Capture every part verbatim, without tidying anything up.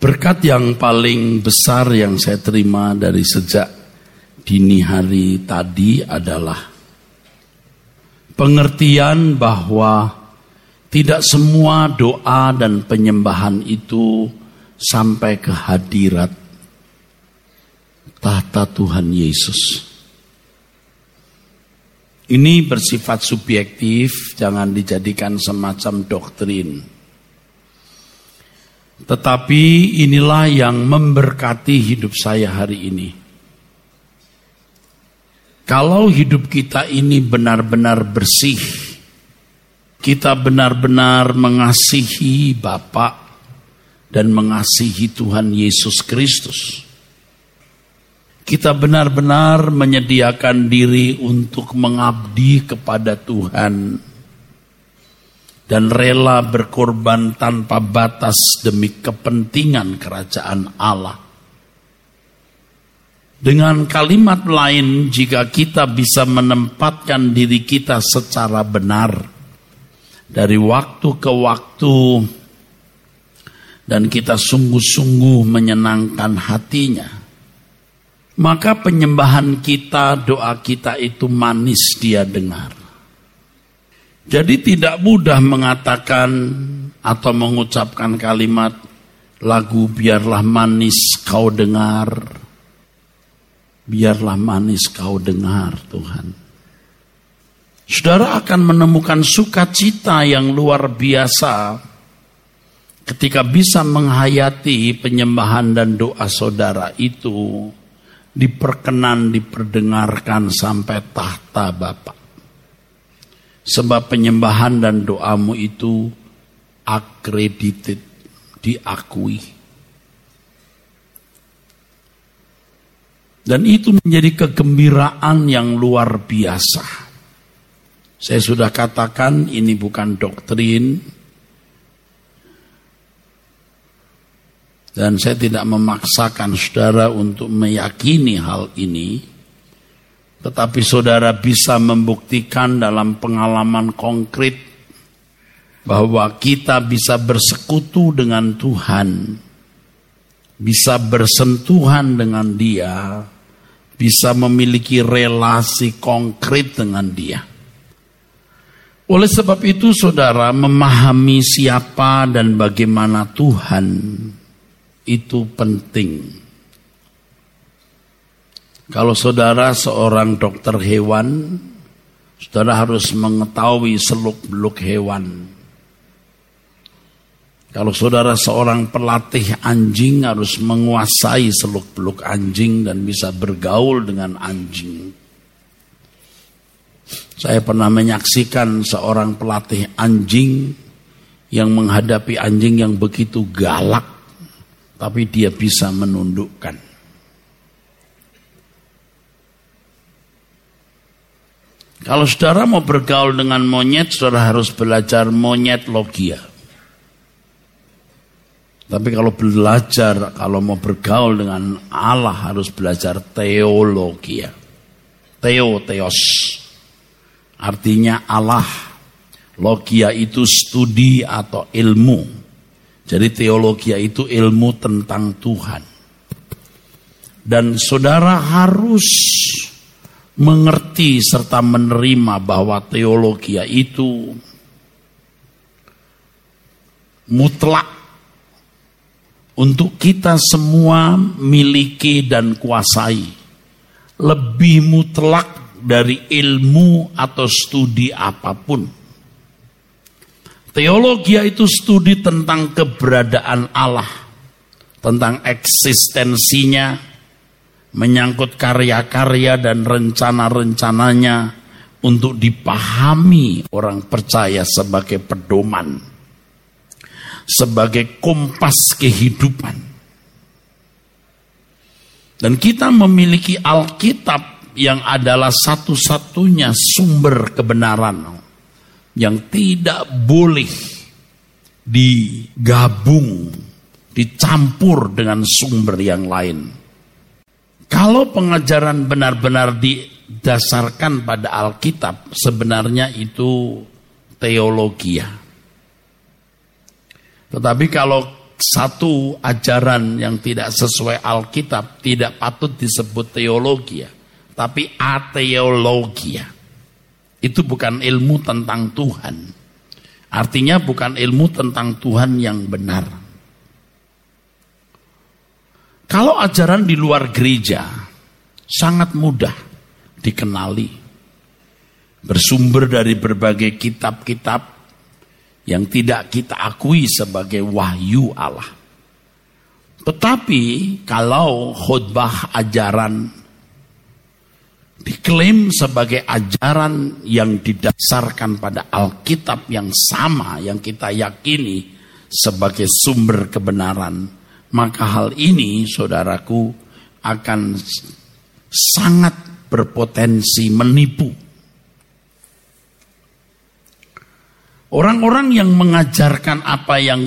Berkat yang paling besar yang saya terima dari sejak dini hari tadi adalah pengertian bahwa tidak semua doa dan penyembahan itu sampai ke hadirat tahta Tuhan Yesus. Ini bersifat subjektif, jangan dijadikan semacam doktrin. Tetapi inilah yang memberkati hidup saya hari ini. Kalau hidup kita ini benar-benar bersih, kita benar-benar mengasihi Bapa dan mengasihi Tuhan Yesus Kristus, kita benar-benar menyediakan diri untuk mengabdi kepada Tuhan dan rela berkorban tanpa batas demi kepentingan kerajaan Allah. Dengan kalimat lain, jika kita bisa menempatkan diri kita secara benar dari waktu ke waktu dan kita sungguh-sungguh menyenangkan hatinya, maka penyembahan kita, doa kita itu manis dia dengar. Jadi tidak mudah mengatakan atau mengucapkan kalimat lagu biarlah manis kau dengar. Biarlah manis kau dengar Tuhan. Saudara akan menemukan sukacita yang luar biasa ketika bisa menghayati penyembahan dan doa saudara itu diperkenan, diperdengarkan sampai tahta Bapa. Sebab penyembahan dan doamu itu accredited, diakui. Dan itu menjadi kegembiraan yang luar biasa. Saya sudah katakan ini bukan doktrin. Dan saya tidak memaksakan saudara untuk meyakini hal ini. Tetapi saudara bisa membuktikan dalam pengalaman konkret bahwa kita bisa bersekutu dengan Tuhan, bisa bersentuhan dengan Dia, bisa memiliki relasi konkret dengan Dia. Oleh sebab itu saudara memahami siapa dan bagaimana Tuhan itu penting. Kalau saudara seorang dokter hewan, saudara harus mengetahui seluk-beluk hewan. Kalau saudara seorang pelatih anjing, harus menguasai seluk-beluk anjing dan bisa bergaul dengan anjing. Saya pernah menyaksikan seorang pelatih anjing yang menghadapi anjing yang begitu galak, tapi dia bisa menundukkan. Kalau saudara mau bergaul dengan monyet, saudara harus belajar monyet logia. Tapi kalau belajar, kalau mau bergaul dengan Allah harus belajar teologia. Theo, theos. Artinya Allah. Logia itu studi atau ilmu. Jadi teologia itu ilmu tentang Tuhan. Dan saudara harus mengerti serta menerima bahwa teologi itu mutlak untuk kita semua miliki dan kuasai, lebih mutlak dari ilmu atau studi apapun. Teologi itu studi tentang keberadaan Allah, tentang eksistensinya, menyangkut karya-karya dan rencana-rencananya untuk dipahami orang percaya sebagai pedoman, sebagai kompas kehidupan. Dan kita memiliki Alkitab yang adalah satu-satunya sumber kebenaran yang tidak boleh digabung, dicampur dengan sumber yang lain. Kalau pengajaran benar-benar didasarkan pada Alkitab, sebenarnya itu teologia. Tetapi kalau satu ajaran yang tidak sesuai Alkitab tidak patut disebut teologi, tapi ateologi. Itu bukan ilmu tentang Tuhan. Artinya bukan ilmu tentang Tuhan yang benar. Kalau ajaran di luar gereja sangat mudah dikenali. Bersumber dari berbagai kitab-kitab yang tidak kita akui sebagai wahyu Allah. Tetapi kalau khotbah ajaran diklaim sebagai ajaran yang didasarkan pada Alkitab yang sama, yang kita yakini sebagai sumber kebenaran, maka hal ini, saudaraku, akan sangat berpotensi menipu. Orang-orang yang mengajarkan apa yang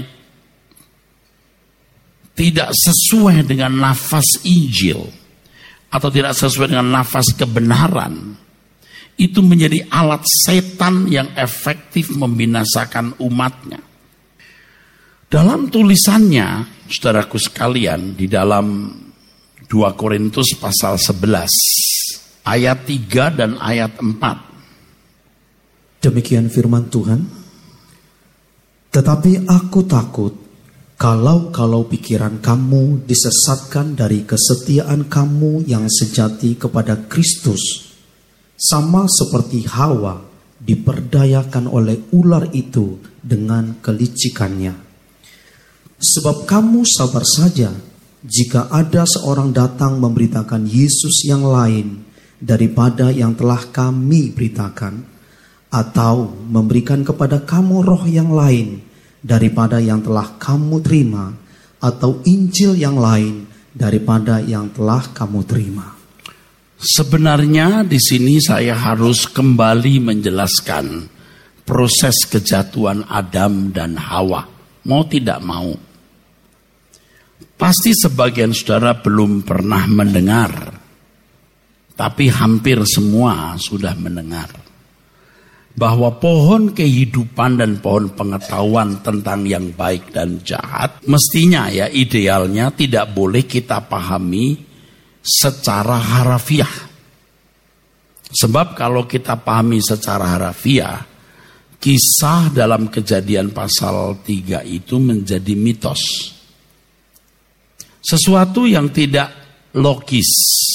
tidak sesuai dengan nafas Injil atau tidak sesuai dengan nafas kebenaran, itu menjadi alat setan yang efektif membinasakan umatnya. Dalam tulisannya, saudaraku sekalian, di dalam dua Korintus pasal sebelas, ayat tiga dan ayat empat. Demikian firman Tuhan. Tetapi aku takut kalau-kalau pikiran kamu disesatkan dari kesetiaan kamu yang sejati kepada Kristus, sama seperti Hawa diperdayakan oleh ular itu dengan kelicikannya. Sebab kamu sabar saja jika ada seorang datang memberitakan Yesus yang lain daripada yang telah kami beritakan, atau memberikan kepada kamu roh yang lain daripada yang telah kamu terima, atau Injil yang lain daripada yang telah kamu terima. Sebenarnya di sini saya harus kembali menjelaskan proses kejatuhan Adam dan Hawa. Mau tidak mau. Pasti sebagian saudara belum pernah mendengar, tapi hampir semua sudah mendengar bahwa pohon kehidupan dan pohon pengetahuan tentang yang baik dan jahat mestinya, ya idealnya, tidak boleh kita pahami secara harafiah. Sebab kalau kita pahami secara harafiah, kisah dalam Kejadian pasal tiga itu menjadi mitos. Sesuatu yang tidak logis.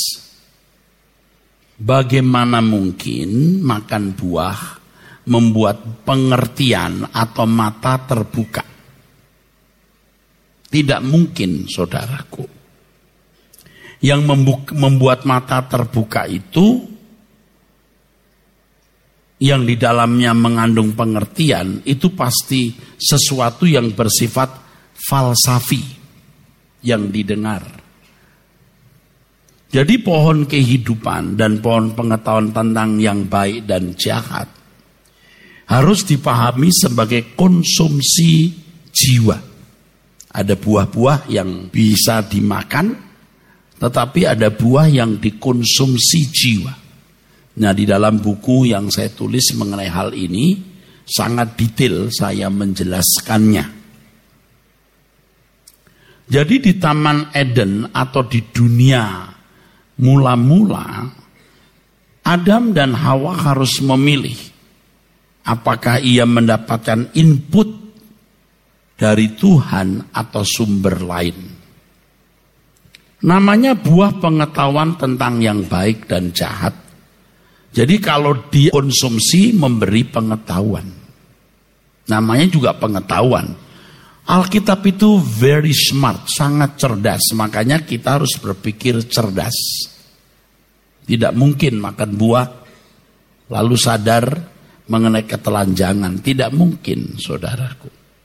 Bagaimana mungkin makan buah membuat pengertian atau mata terbuka? Tidak mungkin, saudaraku. Yang membuat mata terbuka itu, yang di dalamnya mengandung pengertian, itu pasti sesuatu yang bersifat falsafi yang didengar. Jadi pohon kehidupan dan pohon pengetahuan tentang yang baik dan jahat harus dipahami sebagai konsumsi jiwa. Ada buah-buah yang bisa dimakan, tetapi ada buah yang dikonsumsi jiwa. Nah, di dalam buku yang saya tulis mengenai hal ini, sangat detail saya menjelaskannya. Jadi di Taman Eden atau di dunia mula-mula, Adam dan Hawa harus memilih apakah ia mendapatkan input dari Tuhan atau sumber lain. Namanya buah pengetahuan tentang yang baik dan jahat. Jadi kalau dikonsumsi memberi pengetahuan. Namanya juga pengetahuan. Alkitab itu very smart, sangat cerdas. Makanya kita harus berpikir cerdas. Tidak mungkin makan buah lalu sadar mengenai ketelanjangan. Tidak mungkin, saudaraku.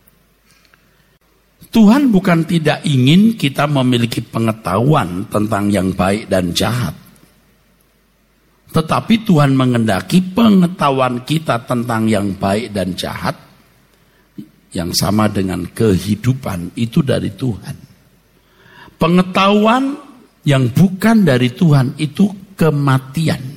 Tuhan bukan tidak ingin kita memiliki pengetahuan tentang yang baik dan jahat. Tetapi Tuhan mengendaki pengetahuan kita tentang yang baik dan jahat, yang sama dengan kehidupan, itu dari Tuhan. Pengetahuan yang bukan dari Tuhan itu kematian.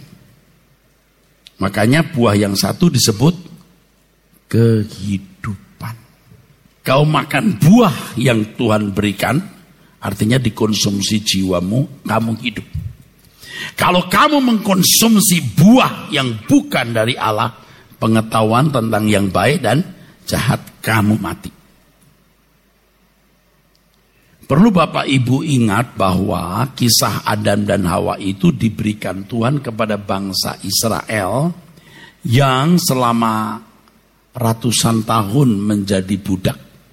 Makanya buah yang satu disebut kehidupan. kau makan buah yang Tuhan berikan, artinya dikonsumsi jiwamu, kamu hidup. Kalau kamu mengkonsumsi buah yang bukan dari Allah, pengetahuan tentang yang baik dan jahat, kamu mati. Perlu Bapak Ibu ingat bahwa kisah Adam dan Hawa itu diberikan Tuhan kepada bangsa Israel yang selama ratusan tahun menjadi budak.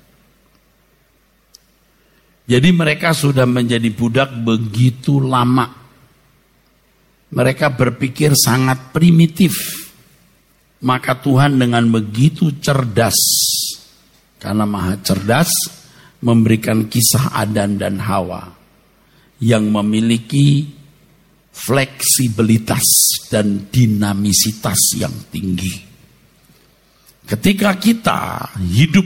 Jadi mereka sudah menjadi budak begitu lama. Mereka berpikir sangat primitif. Maka Tuhan dengan begitu cerdas, karena maha cerdas, memberikan kisah Adam dan Hawa yang memiliki fleksibilitas dan dinamisitas yang tinggi. Ketika kita hidup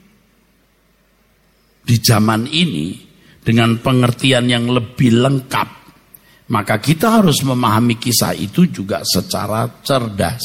di zaman ini dengan pengertian yang lebih lengkap, maka kita harus memahami kisah itu juga secara cerdas.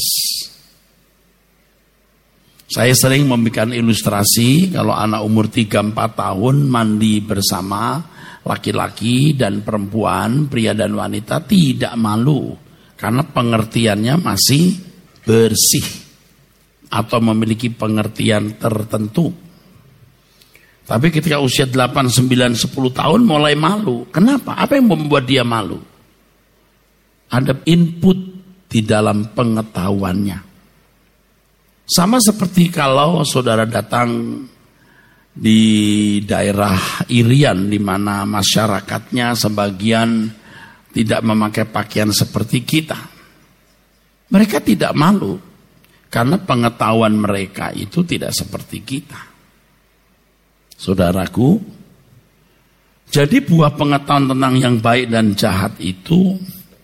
Saya sering memberikan ilustrasi kalau anak umur tiga empat tahun mandi bersama laki-laki dan perempuan, pria dan wanita, tidak malu karena pengertiannya masih bersih atau memiliki pengertian tertentu. Tapi ketika usia delapan, sembilan, sepuluh tahun mulai malu. Kenapa? Apa yang membuat dia malu? Ada input di dalam pengetahuannya. Sama seperti kalau saudara datang di daerah Irian di mana masyarakatnya sebagian tidak memakai pakaian seperti kita. Mereka tidak malu karena pengetahuan mereka itu tidak seperti kita. Saudaraku, jadi buah pengetahuan tentang yang baik dan jahat itu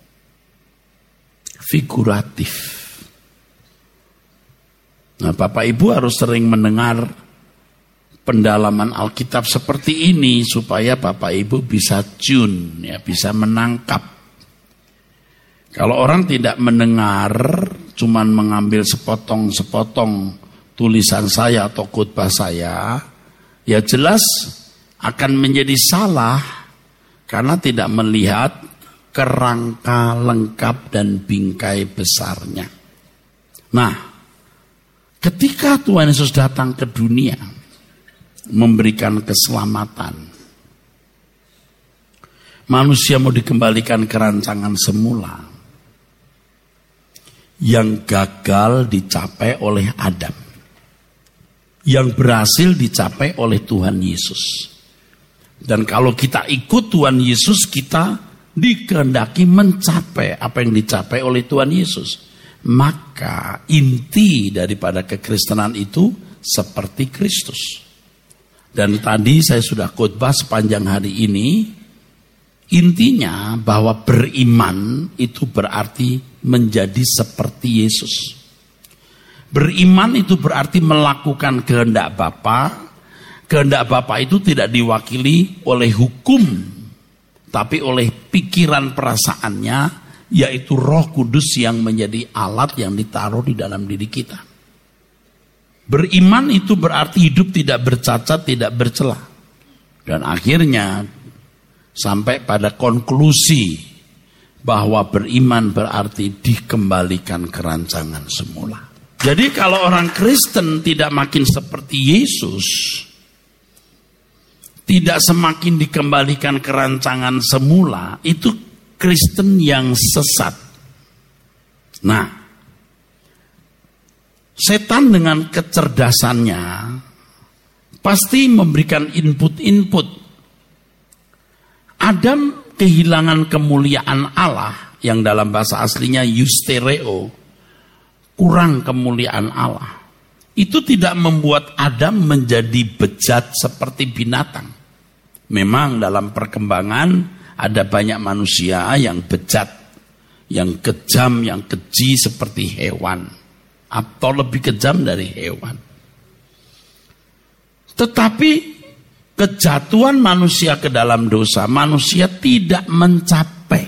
figuratif. Nah, Bapak Ibu harus sering mendengar pendalaman Alkitab seperti ini supaya Bapak Ibu bisa tune, ya, bisa menangkap. Kalau orang tidak mendengar, cuman mengambil sepotong-sepotong tulisan saya atau khotbah saya, ya jelas akan menjadi salah karena tidak melihat kerangka lengkap dan bingkai besarnya. Nah, ketika Tuhan Yesus datang ke dunia memberikan keselamatan, manusia mau dikembalikan ke rancangan semula yang gagal dicapai oleh Adam, yang berhasil dicapai oleh Tuhan Yesus. Dan kalau kita ikut Tuhan Yesus, kita dikehendaki mencapai apa yang dicapai oleh Tuhan Yesus. Maka inti daripada kekristenan itu seperti Kristus. Dan tadi saya sudah khotbah sepanjang hari ini, intinya bahwa beriman itu berarti menjadi seperti Yesus. Beriman itu berarti melakukan kehendak Bapa. Kehendak Bapa itu tidak diwakili oleh hukum, tapi oleh pikiran perasaannya, yaitu Roh Kudus yang menjadi alat yang ditaruh di dalam diri kita. Beriman itu berarti hidup tidak bercacat, tidak bercela. Dan akhirnya sampai pada konklusi bahwa beriman berarti dikembalikan ke rancangan semula. Jadi kalau orang Kristen tidak makin seperti Yesus, tidak semakin dikembalikan ke rancangan semula, itu Kristen yang sesat. Nah, setan dengan kecerdasannya pasti memberikan input-input. Adam kehilangan kemuliaan Allah yang dalam bahasa aslinya eustereo, kurang kemuliaan Allah. Itu tidak membuat Adam menjadi bejat seperti binatang. Memang dalam perkembangan ada banyak manusia yang bejat, yang kejam, yang keji seperti hewan, atau lebih kejam dari hewan. Tetapi kejatuhan manusia ke dalam dosa, manusia tidak mencapai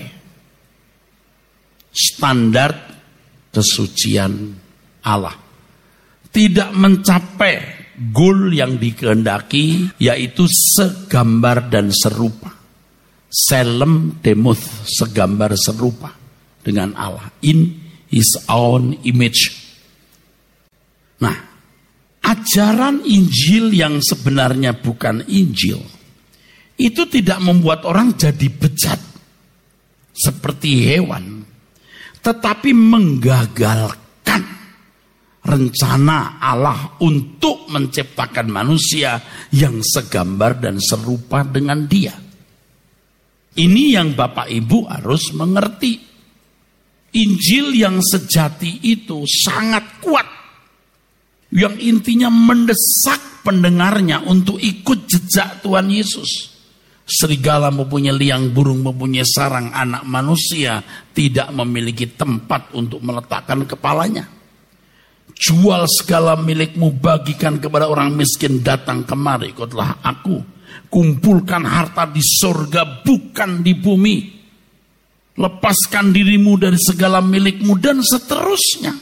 standar kesucian Allah. Tidak mencapai goal yang dikehendaki, yaitu segambar dan serupa. Selem demuth, segambar serupa dengan Allah, in his own image. Nah, ajaran Injil yang sebenarnya bukan Injil, itu tidak membuat orang jadi bejat seperti hewan, tetapi menggagalkan rencana Allah untuk menciptakan manusia yang segambar dan serupa dengan Dia. Ini yang Bapak Ibu harus mengerti. Injil yang sejati itu sangat kuat, yang intinya mendesak pendengarnya untuk ikut jejak Tuhan Yesus. Serigala mempunyai liang, burung mempunyai sarang, anak manusia tidak memiliki tempat untuk meletakkan kepalanya. Jual segala milikmu, bagikan kepada orang miskin, datang kemari, ikutlah aku. Kumpulkan harta di sorga, bukan di bumi. Lepaskan dirimu dari segala milikmu, dan seterusnya.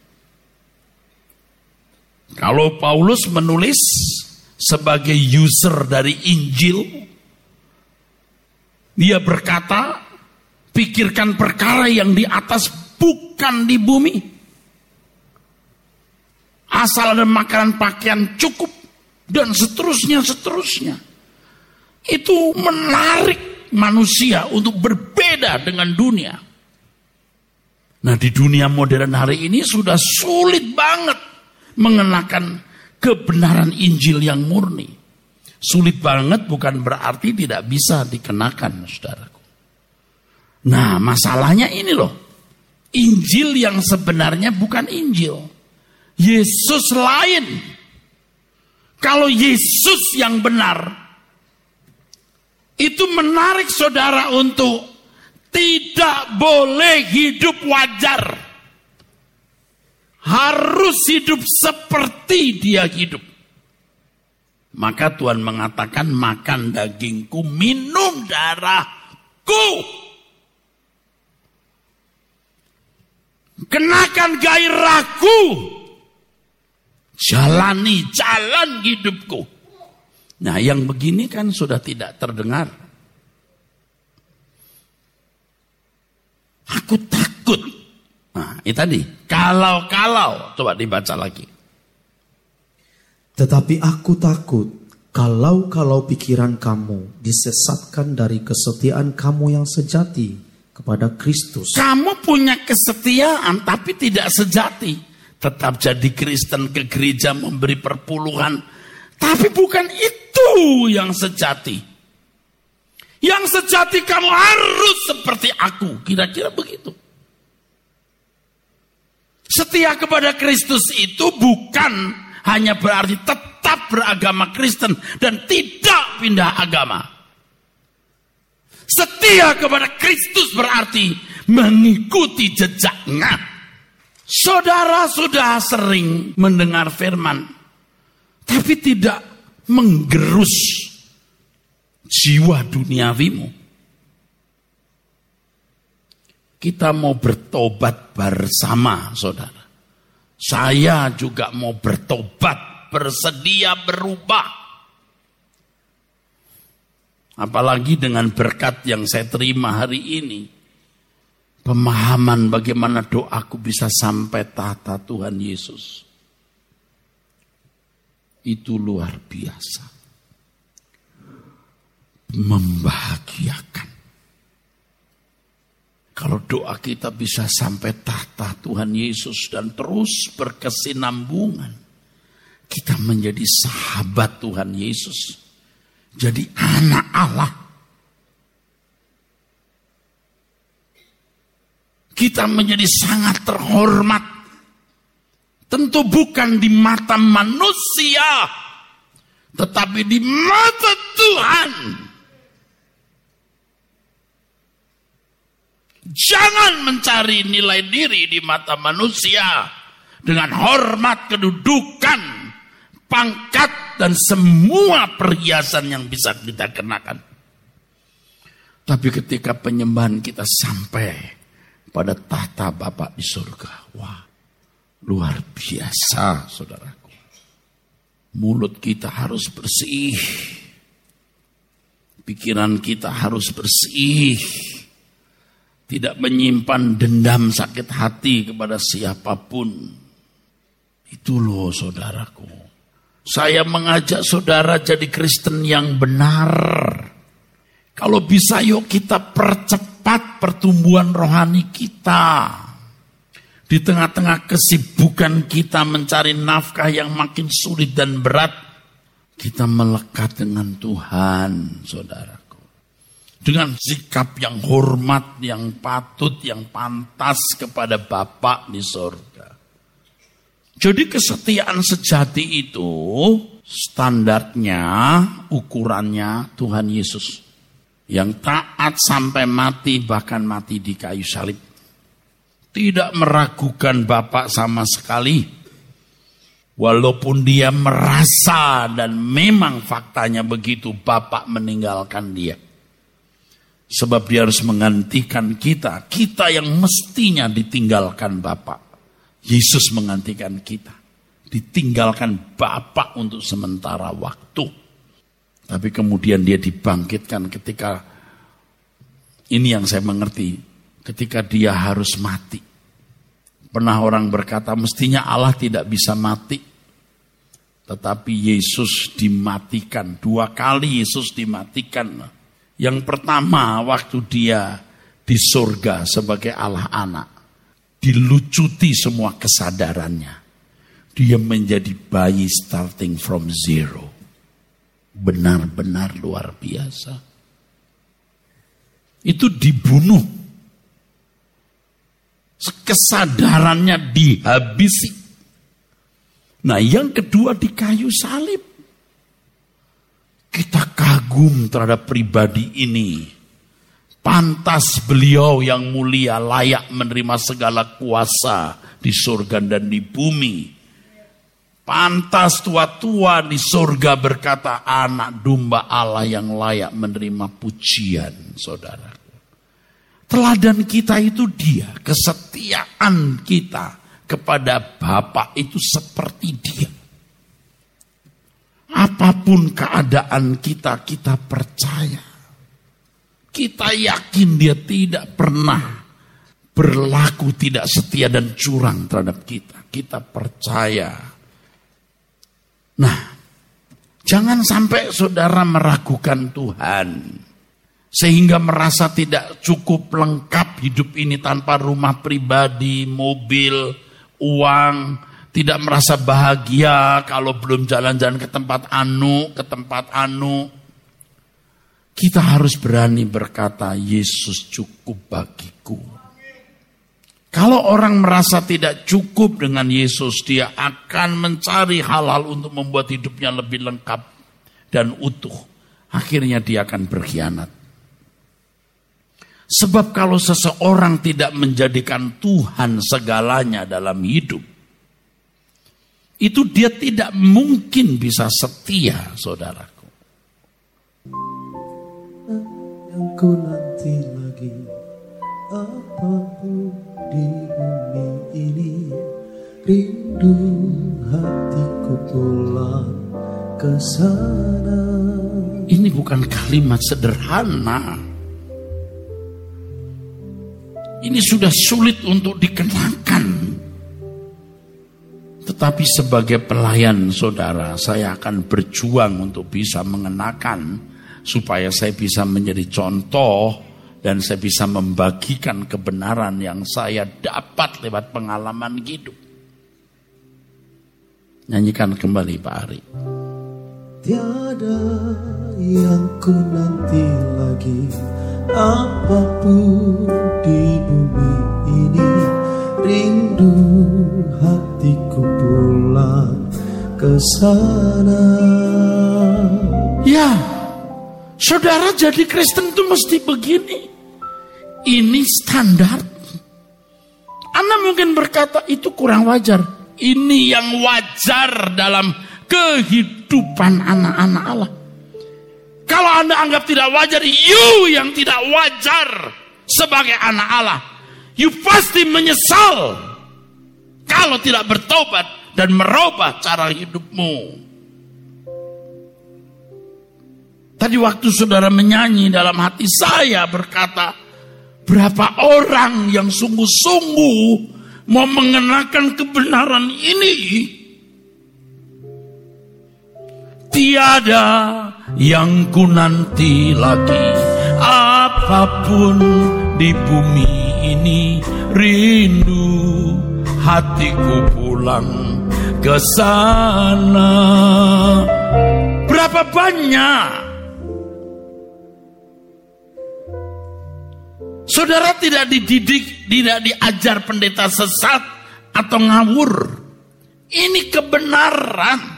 Kalau Paulus menulis sebagai user dari Injil, dia berkata, pikirkan perkara yang di atas, bukan di bumi. Asal ada makanan, pakaian cukup, dan seterusnya, seterusnya. Itu menarik manusia untuk berbeda dengan dunia. Nah, di dunia modern hari ini sudah sulit banget mengenakan kebenaran Injil yang murni. Sulit banget bukan berarti tidak bisa dikenakan, saudaraku. Nah, masalahnya ini loh. Injil yang sebenarnya bukan Injil. Yesus lain. Kalau Yesus yang benar, itu menarik saudara untuk tidak boleh hidup wajar. Harus hidup seperti Dia hidup. Maka Tuhan mengatakan, makan dagingku, minum darahku. Kenakan gairahku. Jalani jalan hidupku. Nah, yang begini kan sudah tidak terdengar. Aku takut. Nah, itu tadi. Kalau-kalau. Coba dibaca lagi. Tetapi aku takut kalau-kalau pikiran kamu disesatkan dari kesetiaan kamu yang sejati kepada Kristus. Kamu punya kesetiaan tapi tidak sejati. Tetap jadi Kristen, ke gereja, memberi perpuluhan. Tapi bukan itu yang sejati. Yang sejati kamu harus seperti aku. Kira-kira begitu. Setia kepada Kristus itu bukan hanya berarti tetap beragama Kristen dan tidak pindah agama. Setia kepada Kristus berarti mengikuti jejaknya. Saudara sudah sering mendengar firman, tapi tidak menggerus jiwa duniawimu. Kita mau bertobat bersama, saudara. Saya juga mau bertobat, bersedia berubah. Apalagi dengan berkat yang saya terima hari ini. Pemahaman bagaimana doaku bisa sampai tahta Tuhan Yesus. Itu luar biasa. Membahagiakan. Kalau doa kita bisa sampai tahta Tuhan Yesus dan terus berkesinambungan. Kita menjadi sahabat Tuhan Yesus. Jadi anak Allah. Kita menjadi sangat terhormat. Tentu bukan di mata manusia, tetapi di mata Tuhan. Jangan mencari nilai diri di mata manusia dengan hormat, kedudukan, pangkat, dan semua perhiasan yang bisa kita kenakan. Tapi ketika penyembahan kita sampai pada tahta Bapa di surga, wah, luar biasa, saudaraku. Mulut kita harus bersih. Pikiran kita harus bersih. Tidak menyimpan dendam sakit hati kepada siapapun. Itu loh saudaraku. Saya mengajak saudara jadi Kristen yang benar. Kalau bisa yuk kita percepat pertumbuhan rohani kita. Di tengah-tengah kesibukan kita mencari nafkah yang makin sulit dan berat, kita melekat dengan Tuhan, saudaraku. Dengan sikap yang hormat, yang patut, yang pantas kepada Bapa di surga. Jadi kesetiaan sejati itu standarnya, ukurannya Tuhan Yesus. Yang taat sampai mati, bahkan mati di kayu salib. Tidak meragukan Bapa sama sekali. Walaupun dia merasa dan memang faktanya begitu, Bapa meninggalkan dia. Sebab dia harus menggantikan kita. Kita yang mestinya ditinggalkan Bapa. Yesus menggantikan kita. Ditinggalkan Bapa untuk sementara waktu. Tapi kemudian dia dibangkitkan ketika, ini yang saya mengerti, ketika dia harus mati. Pernah orang berkata, mestinya Allah tidak bisa mati. Tetapi Yesus dimatikan. Dua kali Yesus dimatikan. Yang pertama waktu dia di surga sebagai Allah anak. Dilucuti semua kesadarannya. Dia menjadi bayi starting from zero. Benar-benar luar biasa. Itu dibunuh. Kesadarannya dihabisi. Nah, yang kedua di kayu salib. Kita kagum terhadap pribadi ini. Pantas beliau yang mulia layak menerima segala kuasa di surga dan di bumi. Pantas tua-tua di surga berkata, anak domba Allah yang layak menerima pujian, saudara. Teladan kita itu dia, kesetiaan kita kepada Bapa itu seperti dia. Apapun keadaan kita, kita percaya. Kita yakin dia tidak pernah berlaku tidak setia dan curang terhadap kita. Kita percaya. Nah, jangan sampai saudara meragukan Tuhan. Sehingga merasa tidak cukup lengkap hidup ini tanpa rumah pribadi, mobil, uang. Tidak merasa bahagia kalau belum jalan-jalan ke tempat anu, ke tempat anu. Kita harus berani berkata, Yesus cukup bagiku. Kalau orang merasa tidak cukup dengan Yesus, dia akan mencari hal-hal untuk membuat hidupnya lebih lengkap dan utuh. Akhirnya dia akan berkhianat. Sebab kalau seseorang tidak menjadikan Tuhan segalanya dalam hidup, itu dia tidak mungkin bisa setia, saudaraku. Yang ku nanti lagi apapun di bumi ini, rindu hatiku pulang ke sana. Ini bukan kalimat sederhana. Ini sudah sulit untuk dikenakan. Tetapi sebagai pelayan saudara, saya akan berjuang untuk bisa mengenakan, supaya saya bisa menjadi contoh dan saya bisa membagikan kebenaran yang saya dapat lewat pengalaman hidup. Nyanyikan kembali Pak Ari. Tiada yang ku nanti lagi, apapun di bumi ini, rindu hatiku pulang ke sana. Ya, saudara jadi Kristen itu mesti begini. Ini standar. Anda mungkin berkata itu kurang wajar. Ini yang wajar dalam kehidupan anak-anak Allah. Kalau Anda anggap tidak wajar, you yang tidak wajar sebagai anak Allah. You pasti menyesal kalau tidak bertobat dan merubah cara hidupmu. Tadi waktu saudara menyanyi, dalam hati saya berkata, berapa orang yang sungguh-sungguh mau mengenakan kebenaran ini. Tiada yang ku nanti lagi, apapun di bumi ini, rindu hatiku pulang ke sana. Berapa banyak saudara tidak dididik, tidak diajar pendeta sesat atau ngawur. Ini kebenaran.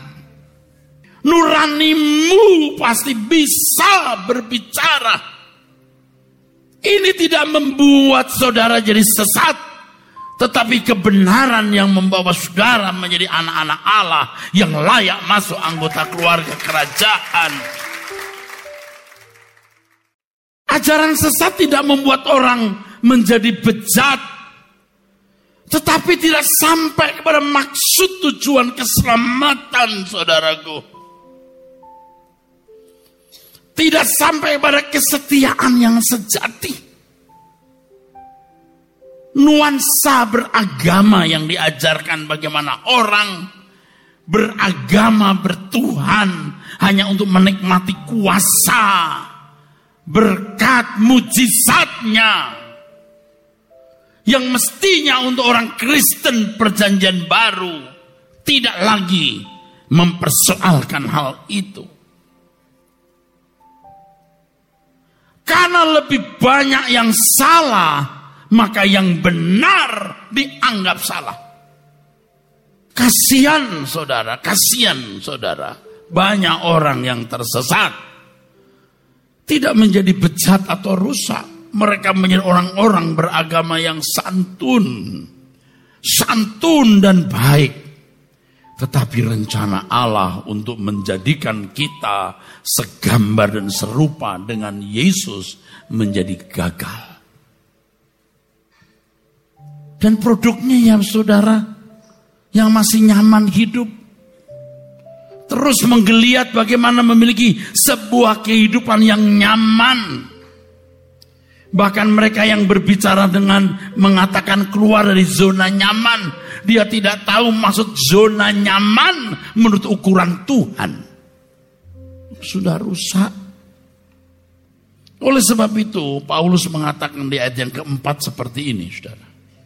Nuranimu pasti bisa berbicara. Ini tidak membuat saudara jadi sesat, tetapi kebenaran yang membawa saudara menjadi anak-anak Allah yang layak masuk anggota keluarga kerajaan. Ajaran sesat tidak membuat orang menjadi bejat, tetapi tidak sampai kepada maksud tujuan keselamatan, saudaraku. Tidak sampai pada kesetiaan yang sejati. Nuansa beragama yang diajarkan bagaimana orang beragama bertuhan hanya untuk menikmati kuasa, berkat, mujizatnya, yang mestinya untuk orang Kristen perjanjian baru tidak lagi mempersoalkan hal itu. Karena lebih banyak yang salah, maka yang benar dianggap salah. Kasihan saudara, kasihan saudara. Banyak orang yang tersesat. Tidak menjadi bejat atau rusak. Mereka menjadi orang-orang beragama yang santun. Santun dan baik. Tetapi rencana Allah untuk menjadikan kita segambar dan serupa dengan Yesus menjadi gagal. Dan produknya ya saudara, yang masih nyaman hidup, terus menggeliat bagaimana memiliki sebuah kehidupan yang nyaman. Bahkan mereka yang berbicara dengan mengatakan keluar dari zona nyaman, dia tidak tahu maksud zona nyaman menurut ukuran Tuhan. Sudah rusak. Oleh sebab itu, Paulus mengatakan di ayat yang keempat seperti ini, saudara.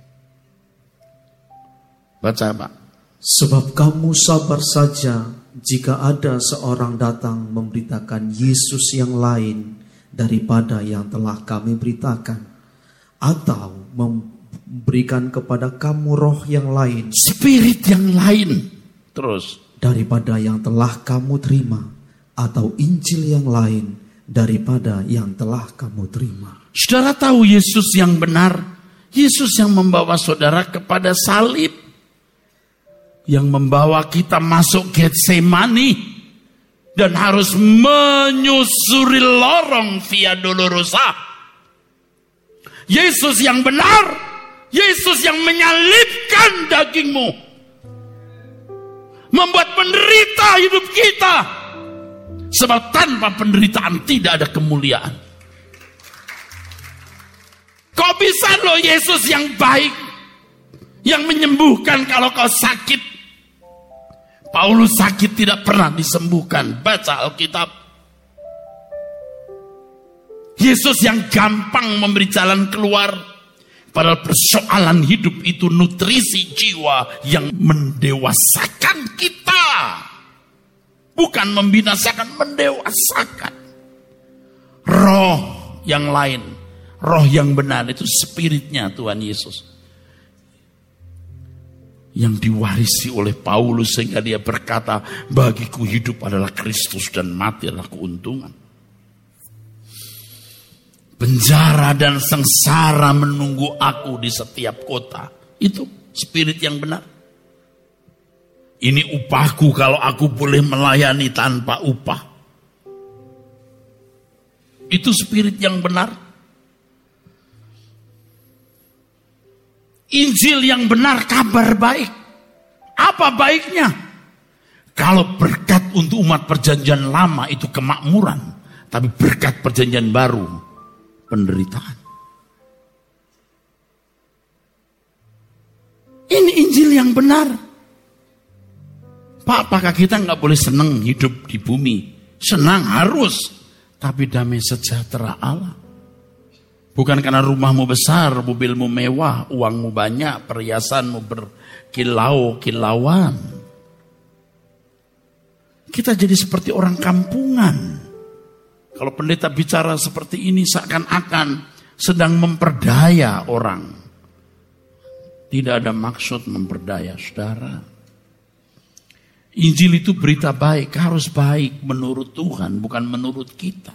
Baca, Pak. Sebab kamu sabar saja jika ada seorang datang memberitakan Yesus yang lain daripada yang telah kami beritakan, atau memberikan kepada kamu roh yang lain, spirit yang lain, terus daripada yang telah kamu terima, atau Injil yang lain daripada yang telah kamu terima. Saudara tahu Yesus yang benar, Yesus yang membawa saudara kepada salib, yang membawa kita masuk Getsemani dan harus menyusuri lorong Via Dolorosa. Yesus yang benar, Yesus yang menyalibkan dagingmu, membuat menderita hidup kita. Sebab tanpa penderitaan tidak ada kemuliaan. Kok bisa loh Yesus yang baik, yang menyembuhkan kalau kau sakit? Paulus sakit tidak pernah disembuhkan. Baca Alkitab. Yesus yang gampang memberi jalan keluar. Padahal persoalan hidup itu nutrisi jiwa yang mendewasakan kita. Bukan membinasakan, mendewasakan. Roh yang lain, roh yang benar itu spiritnya Tuhan Yesus. Yang diwarisi oleh Paulus sehingga dia berkata, bagiku hidup adalah Kristus dan mati adalah keuntungan. Penjara dan sengsara menunggu aku di setiap kota. Itu spirit yang benar. Ini upahku kalau aku boleh melayani tanpa upah. Itu spirit yang benar. Injil yang benar, kabar baik. Apa baiknya? Kalau berkat untuk umat perjanjian lama itu kemakmuran, Tapi berkat perjanjian baru, penderitaan. Ini Injil yang benar. Pak, apakah kita nggak boleh senang hidup di bumi? Senang harus, tapi damai sejahtera Allah. Bukan karena rumahmu besar, mobilmu mewah, uangmu banyak, perhiasanmu berkilau-kilauan. Kita jadi seperti orang kampungan. Kalau pendeta bicara seperti ini seakan-akan sedang memperdaya orang. Tidak ada maksud memperdaya, saudara. Injil itu berita baik, harus baik menurut Tuhan, bukan menurut kita.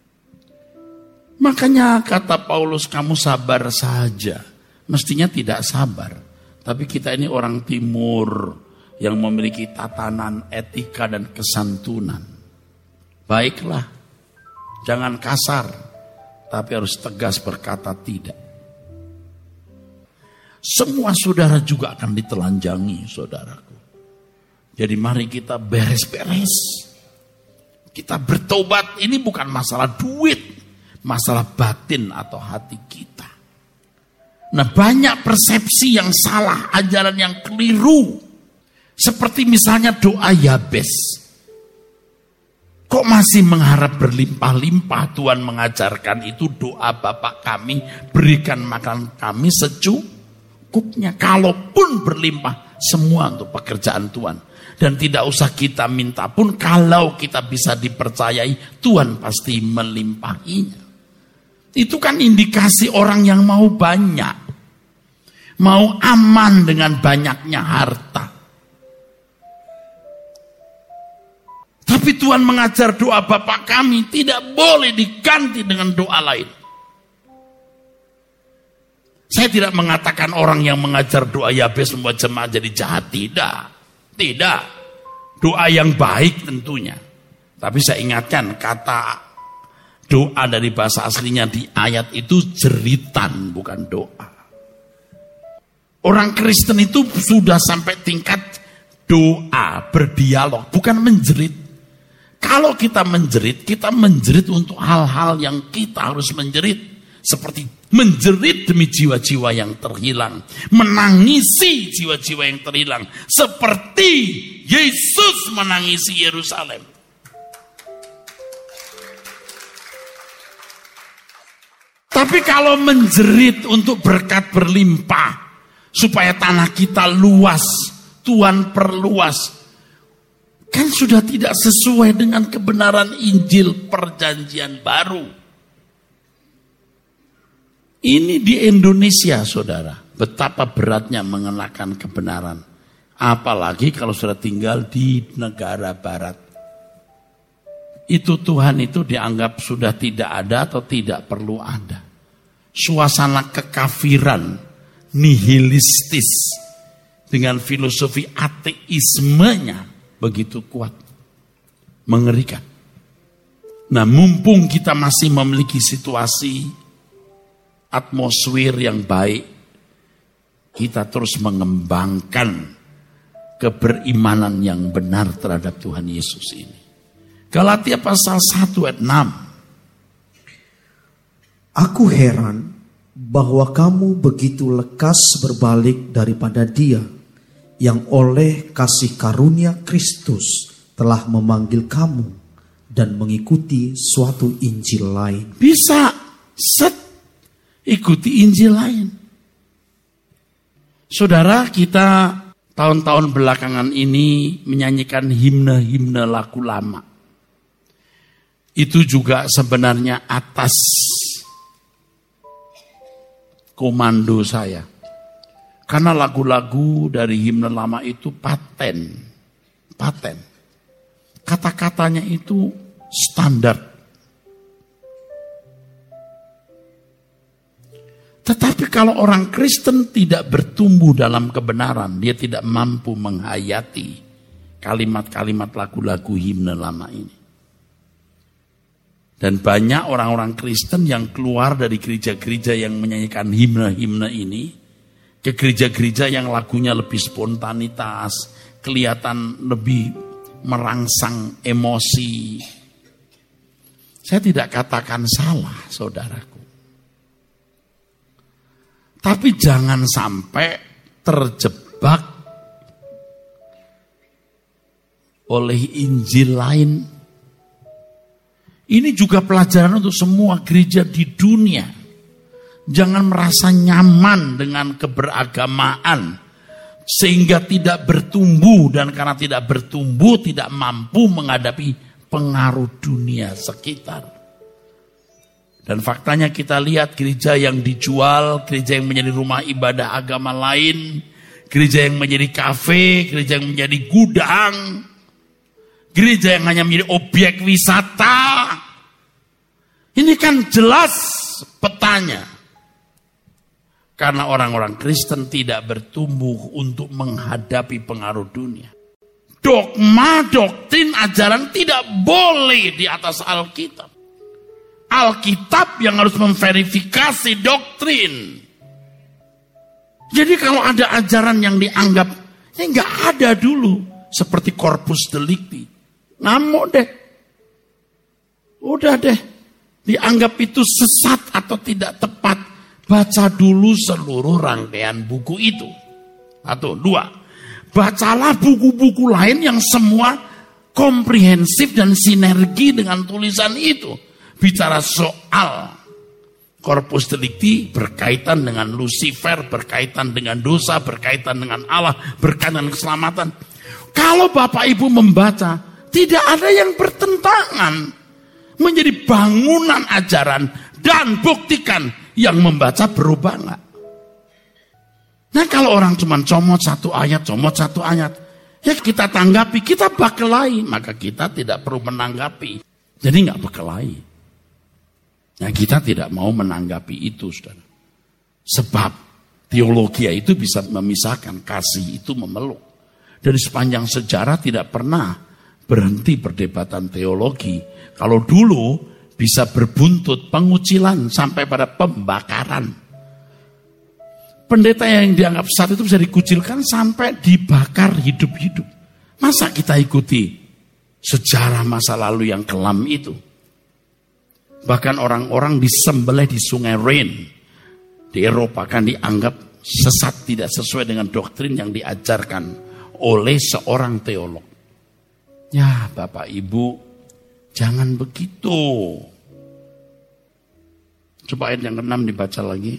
Makanya kata Paulus, kamu sabar saja. Mestinya tidak sabar. Tapi kita ini orang timur yang memiliki tatanan etika dan kesantunan. Baiklah, jangan kasar, tapi harus tegas berkata tidak. Semua saudara juga akan ditelanjangi, saudaraku. Jadi mari kita beres-beres. Kita bertobat, ini bukan masalah duit, masalah batin atau hati kita. Nah, banyak persepsi yang salah, ajaran yang keliru. Seperti misalnya doa Yabes. Kok masih mengharap berlimpah-limpah? Tuhan mengajarkan itu doa Bapa kami, berikan makan kami secukupnya. Kalaupun berlimpah, semua untuk pekerjaan Tuhan. Dan tidak usah kita minta pun, kalau kita bisa dipercayai, Tuhan pasti melimpahinya. Itu kan indikasi orang yang mau banyak. Mau aman dengan banyaknya harta. Tapi Tuhan mengajar doa Bapa kami tidak boleh diganti dengan doa lain. Saya tidak mengatakan orang yang mengajar doa Yabes membuat jemaat jadi jahat. Tidak. Tidak. Doa yang baik tentunya. Tapi saya ingatkan kata doa dari bahasa aslinya di ayat itu jeritan, bukan doa. Orang Kristen itu sudah sampai tingkat doa, berdialog, bukan menjerit. Kalau kita menjerit, kita menjerit untuk hal-hal yang kita harus menjerit. Seperti menjerit demi jiwa-jiwa yang terhilang. Menangisi jiwa-jiwa yang terhilang. Seperti Yesus menangisi Yerusalem. Tapi kalau menjerit untuk berkat berlimpah, supaya tanah kita luas, Tuhan perluas, kan sudah tidak sesuai dengan kebenaran Injil perjanjian baru. Ini di Indonesia, saudara, betapa beratnya mengenakan kebenaran. Apalagi kalau sudah tinggal di negara barat. Itu Tuhan itu dianggap sudah tidak ada atau tidak perlu ada. Suasana kekafiran, nihilistis, dengan filosofi ateismenya begitu kuat. Mengerikan. Nah, mumpung kita masih memiliki situasi atmosfer yang baik, kita terus mengembangkan keberimanan yang benar terhadap Tuhan Yesus ini. Galatia pasal satu ayat enam. Aku heran bahwa kamu begitu lekas berbalik daripada Dia yang oleh kasih karunia Kristus telah memanggil kamu dan mengikuti suatu Injil lain. Bisa set ikuti Injil lain. Saudara, kita tahun-tahun belakangan ini menyanyikan himne-himne lagu lama. Itu juga sebenarnya atas komando saya. Karena lagu-lagu dari himne lama itu paten. Paten. Kata-katanya itu standar. Tetapi kalau orang Kristen tidak bertumbuh dalam kebenaran, dia tidak mampu menghayati kalimat-kalimat lagu-lagu himne lama ini. Dan banyak orang-orang Kristen yang keluar dari gereja-gereja yang menyanyikan himne-himne ini, ke gereja-gereja yang lagunya lebih spontanitas, kelihatan lebih merangsang emosi. Saya tidak katakan salah, saudaraku. Tapi jangan sampai terjebak oleh Injil lain. Ini juga pelajaran untuk semua gereja di dunia. Jangan merasa nyaman dengan keberagamaan sehingga tidak bertumbuh, dan karena tidak bertumbuh tidak mampu menghadapi pengaruh dunia sekitar. Dan faktanya kita lihat gereja yang dijual, gereja yang menjadi rumah ibadah agama lain, gereja yang menjadi kafe, gereja yang menjadi gudang, gereja yang hanya menjadi objek wisata. Ini kan jelas petanya. Karena orang-orang Kristen tidak bertumbuh untuk menghadapi pengaruh dunia. Dogma, doktrin, ajaran tidak boleh di atas Alkitab. Alkitab yang harus memverifikasi doktrin. Jadi kalau ada ajaran yang dianggap, ya nggak ada dulu. Seperti Corpus Delicti. Ngamuk deh. Udah deh. Dianggap itu sesat atau tidak tepat. Baca dulu seluruh rangkaian buku itu. Satu, dua. Bacalah buku-buku lain yang semua komprehensif dan sinergi dengan tulisan itu. Bicara soal Corpus Delicti berkaitan dengan Lucifer, berkaitan dengan dosa, berkaitan dengan Allah, berkaitan dengan keselamatan. Kalau Bapak Ibu membaca, tidak ada yang bertentangan. Menjadi bangunan ajaran dan buktikan yang membaca berubah enggak. Nah kalau orang cuma comot satu ayat, comot satu ayat, ya kita tanggapi, kita bakelai, maka kita tidak perlu menanggapi. Jadi enggak bakelai. Nah kita tidak mau menanggapi itu, saudara. Sebab teologi itu bisa memisahkan, kasih itu memeluk. Dari sepanjang sejarah tidak pernah berhenti perdebatan teologi. Kalau dulu bisa berbuntut pengucilan sampai pada pembakaran. Pendeta yang dianggap sesat itu bisa dikucilkan sampai dibakar hidup-hidup. Masa kita ikuti sejarah masa lalu yang kelam itu? Bahkan orang-orang disembelih di sungai Rhine di Eropa kan dianggap sesat, tidak sesuai dengan doktrin yang diajarkan oleh seorang teolog. Ya Bapak Ibu, jangan begitu. Coba ayat yang keenam dibaca lagi.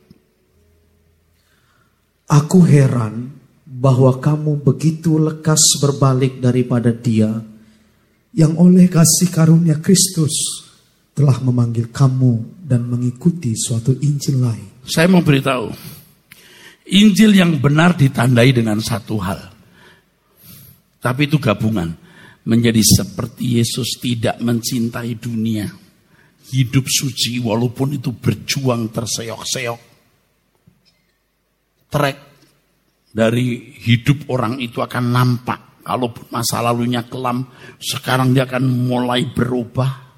Aku heran bahwa kamu begitu lekas berbalik daripada Dia yang oleh kasih karunia Kristus telah memanggil kamu dan mengikuti suatu Injil lain. Saya mau beritahu, Injil yang benar ditandai dengan satu hal. Tapi itu gabungan. Menjadi seperti Yesus, tidak mencintai dunia. Hidup suci walaupun itu berjuang terseok-seok. Trek dari hidup orang itu akan nampak. Kalaupun masa lalunya kelam, sekarang dia akan mulai berubah.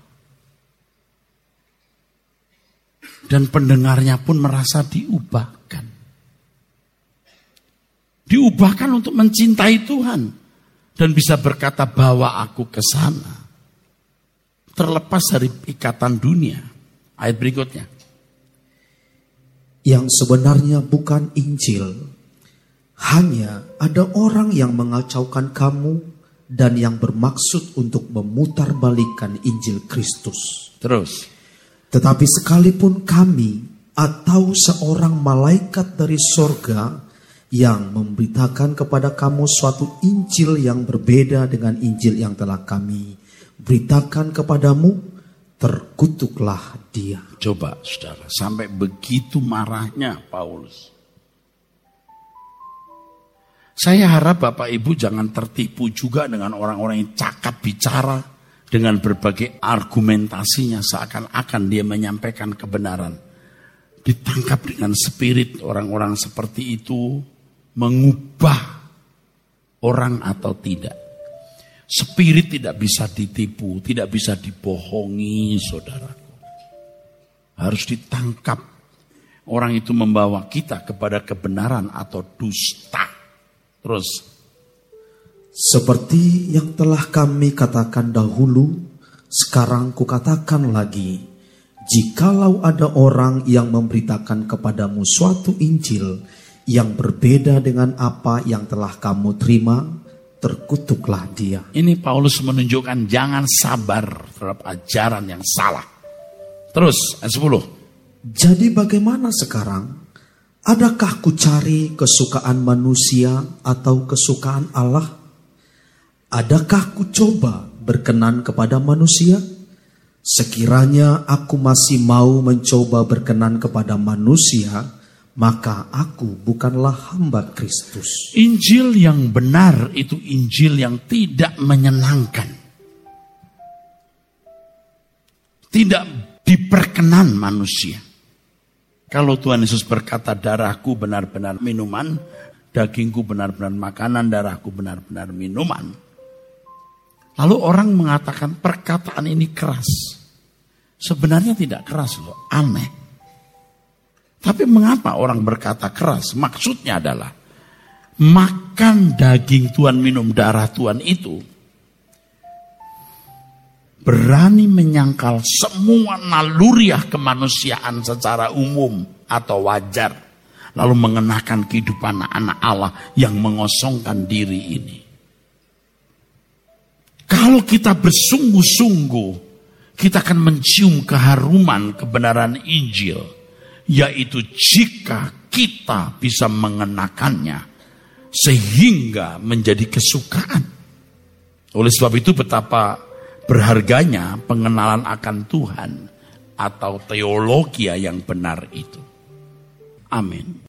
Dan pendengarnya pun merasa diubahkan. Diubahkan untuk mencintai Tuhan. Dan bisa berkata, bawa aku ke sana. Terlepas dari ikatan dunia. Ayat berikutnya. Yang sebenarnya bukan Injil. Hanya ada orang yang mengacaukan kamu dan yang bermaksud untuk memutarbalikkan Injil Kristus. Terus. Tetapi sekalipun kami atau seorang malaikat dari sorga yang memberitakan kepada kamu suatu Injil yang berbeda dengan Injil yang telah kami beritakan kepadamu, terkutuklah dia. Coba saudara, sampai begitu marahnya Paulus. Saya harap Bapak Ibu jangan tertipu juga dengan orang-orang yang cakap bicara dengan berbagai argumentasinya seakan-akan dia menyampaikan kebenaran. Ditangkap dengan spirit orang-orang seperti itu mengubah orang atau tidak. Spirit tidak bisa ditipu, tidak bisa dibohongi, saudaraku. Harus ditangkap. Orang itu membawa kita kepada kebenaran atau dusta. Terus. Seperti yang telah kami katakan dahulu, Sekarang kukatakan lagi, jikalau ada orang yang memberitakan kepadamu suatu Injil yang berbeda dengan apa yang telah kamu terima, terkutuklah dia. Ini Paulus menunjukkan jangan sabar terhadap ajaran yang salah. Terus, ayat sepuluh. Jadi bagaimana sekarang? Adakah ku cari kesukaan manusia atau kesukaan Allah? Adakah ku coba berkenan kepada manusia? Sekiranya aku masih mau mencoba berkenan kepada manusia, maka aku bukanlah hamba Kristus. Injil yang benar itu Injil yang tidak menyenangkan. Tidak diperkenan manusia. Kalau Tuhan Yesus berkata darahku benar-benar minuman, dagingku benar-benar makanan, darahku benar-benar minuman. Lalu orang mengatakan perkataan ini keras. Sebenarnya tidak keras loh, aneh. Tapi mengapa orang berkata keras? Maksudnya adalah makan daging Tuhan, minum darah Tuhan itu berani menyangkal semua naluriah kemanusiaan secara umum atau wajar. Lalu mengenakan kehidupan anak Allah yang mengosongkan diri ini. Kalau kita bersungguh-sungguh, kita akan mencium keharuman kebenaran Injil. Yaitu jika kita bisa mengenakannya sehingga menjadi kesukaan. Oleh sebab itu betapa berharganya pengenalan akan Tuhan atau teologi yang benar itu. Amin.